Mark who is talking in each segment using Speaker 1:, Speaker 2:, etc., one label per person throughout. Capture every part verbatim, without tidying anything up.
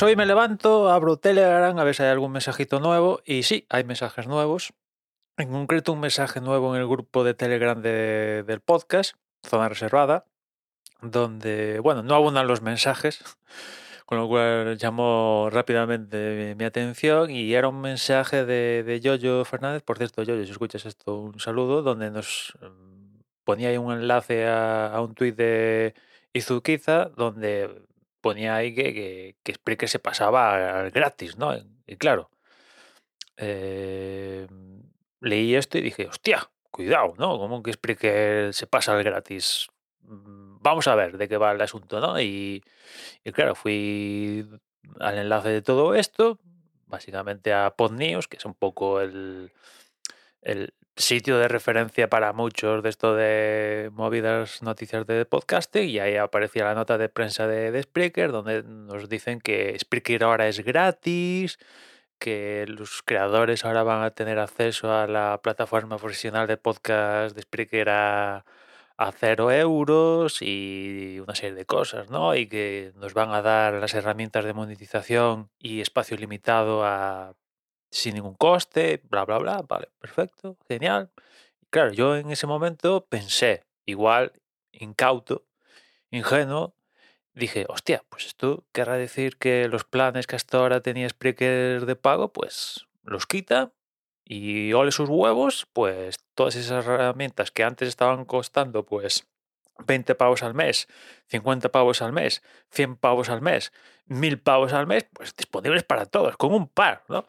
Speaker 1: Pues hoy me levanto, abro Telegram a ver si hay algún mensajito nuevo y sí, hay mensajes nuevos. En concreto un mensaje nuevo en el grupo de Telegram de- del podcast, Zona Reservada, donde, bueno, no abundan los mensajes, con lo cual llamó rápidamente mi, mi atención y era un mensaje de, de Yoyo Fernández. Por cierto, Yoyo, si escuchas esto, un saludo, donde nos mm, ponía ahí un enlace a, a un tuit de Izukiza, donde ponía ahí que, que, que Spreaker se pasaba al gratis, ¿no? Y claro, eh, leí esto y dije, hostia, cuidado, ¿no? ¿Cómo que Spreaker se pasa al gratis? Mm, Vamos a ver de qué va el asunto, ¿no? Y, y claro, fui al enlace de todo esto, básicamente a Podnews, que es un poco el, el sitio de referencia para muchos de esto de movidas noticias de podcasting, y ahí aparecía la nota de prensa de, de Spreaker, donde nos dicen que Spreaker ahora es gratis, que los creadores ahora van a tener acceso a la plataforma profesional de podcast de Spreaker a, a cero euros y una serie de cosas, ¿no? Y que nos van a dar las herramientas de monetización y espacio limitado a, sin ningún coste, bla, bla, bla. Vale, perfecto, genial. Claro, yo en ese momento pensé, igual, incauto, ingenuo, dije, hostia, pues esto querrá decir que los planes que hasta ahora tenía Spreaker de pago, pues los quita y ole sus huevos, pues todas esas herramientas que antes estaban costando, pues veinte pavos al mes, cincuenta pavos al mes, cien pavos al mes, mil pavos al mes, pues disponibles para todos, con un par, ¿no?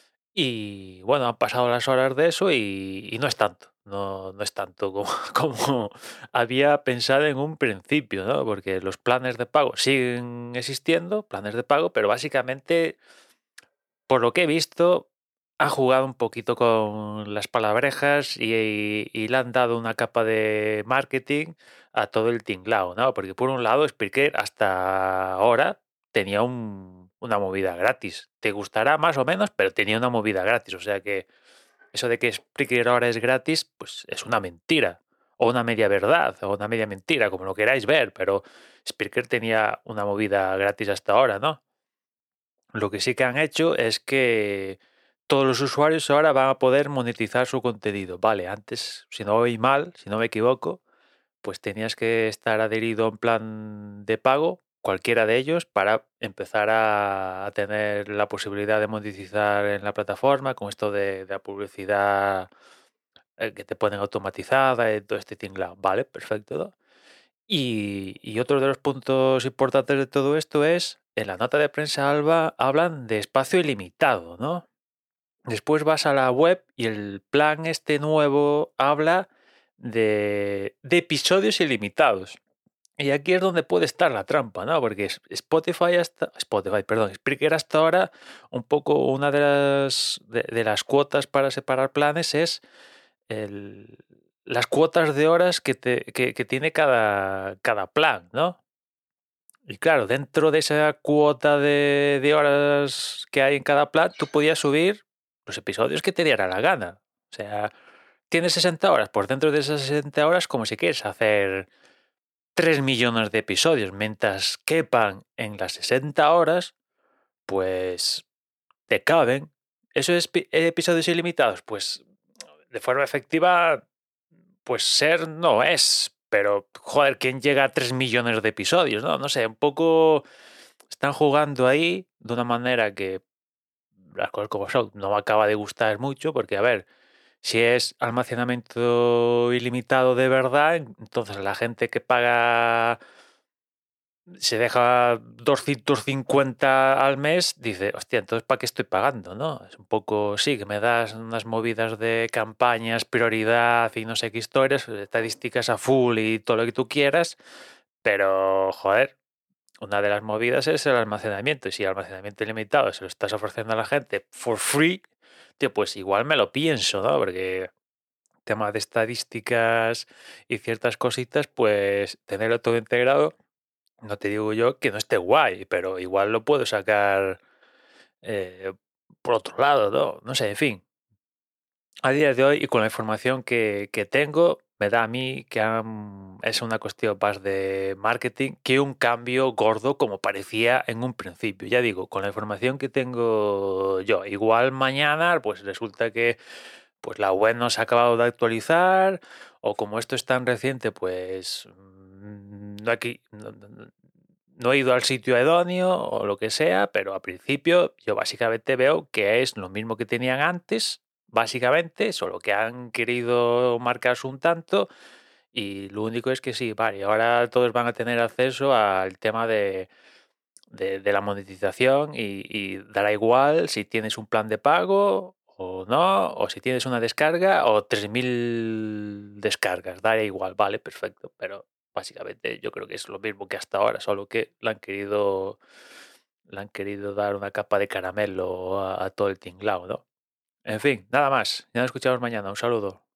Speaker 1: Y bueno, han pasado las horas de eso y, y no es tanto, no, no es tanto como, como había pensado en un principio, ¿no? Porque los planes de pago siguen existiendo, planes de pago, pero básicamente, por lo que he visto, han jugado un poquito con las palabrejas y, y le han dado una capa de marketing a todo el tinglao, ¿no? Porque por un lado, Spreaker hasta ahora tenía un, una movida gratis. Te gustará más o menos, pero tenía una movida gratis. O sea que eso de que Spreaker ahora es gratis, pues es una mentira. O una media verdad, o una media mentira, como lo queráis ver. Pero Spreaker tenía una movida gratis hasta ahora, ¿no? Lo que sí que han hecho es que todos los usuarios ahora van a poder monetizar su contenido. Vale, antes, si no voy mal, si no me equivoco, pues tenías que estar adherido a un plan de pago, cualquiera de ellos, para empezar a, a tener la posibilidad de monetizar en la plataforma con esto de, de la publicidad eh, que te ponen automatizada y todo este tinglado. Vale, perfecto, ¿no? Y, y otro de los puntos importantes de todo esto es, en la nota de prensa Alba hablan de espacio ilimitado, ¿no? Después vas a la web y el plan este nuevo habla de, de episodios ilimitados. Y aquí es donde puede estar la trampa, ¿no? Porque Spotify hasta, Spotify, perdón, Spreaker hasta ahora, un poco una de las, de, de las cuotas para separar planes es el, las cuotas de horas que, te, que, que tiene cada, cada plan, ¿no? Y claro, dentro de esa cuota de, de horas que hay en cada plan, tú podías subir los episodios que te diera la gana. O sea, tienes sesenta horas, pues dentro de esas sesenta horas, como si quieres hacer tres millones de episodios, mientras quepan en las sesenta horas, pues te caben. ¿Esos es episodios ilimitados? Pues de forma efectiva, pues ser no es, pero joder, ¿quién llega a tres millones de episodios? No, no sé, un poco están jugando ahí de una manera que las cosas como son, no me acaba de gustar mucho, porque a ver, si es almacenamiento ilimitado de verdad, entonces la gente que paga se deja doscientos cincuenta al mes, dice, hostia, entonces ¿para qué estoy pagando? ¿No? Es un poco, sí, que me das unas movidas de campañas, prioridad y no sé qué historias, estadísticas a full y todo lo que tú quieras, pero, joder, una de las movidas es el almacenamiento, y si el almacenamiento ilimitado se lo estás ofreciendo a la gente for free, tío, pues igual me lo pienso, ¿no? Porque tema de estadísticas y ciertas cositas, pues tenerlo todo integrado, no te digo yo que no esté guay, pero igual lo puedo sacar eh, por otro lado, ¿no? No sé, en fin. A día de hoy y con la información que, que tengo, me da a mí que han- es una cuestión más de marketing que un cambio gordo como parecía en un principio. Ya digo, con la información que tengo yo, igual mañana pues resulta que pues la web no se ha acabado de actualizar o como esto es tan reciente pues mm, no, aquí, no, no- no he ido al sitio idóneo o lo que sea, pero al principio yo básicamente veo que es lo mismo que tenían antes, básicamente, solo que han querido marcarse un tanto y lo único es que sí, vale, ahora todos van a tener acceso al tema de, de, de la monetización y, y dará igual si tienes un plan de pago o no, o si tienes una descarga o tres mil descargas, dará igual, vale, perfecto, pero básicamente yo creo que es lo mismo que hasta ahora, solo que le han querido, le han querido dar una capa de caramelo a, a todo el tinglao, ¿no? En fin, nada más, ya nos escuchamos mañana, un saludo.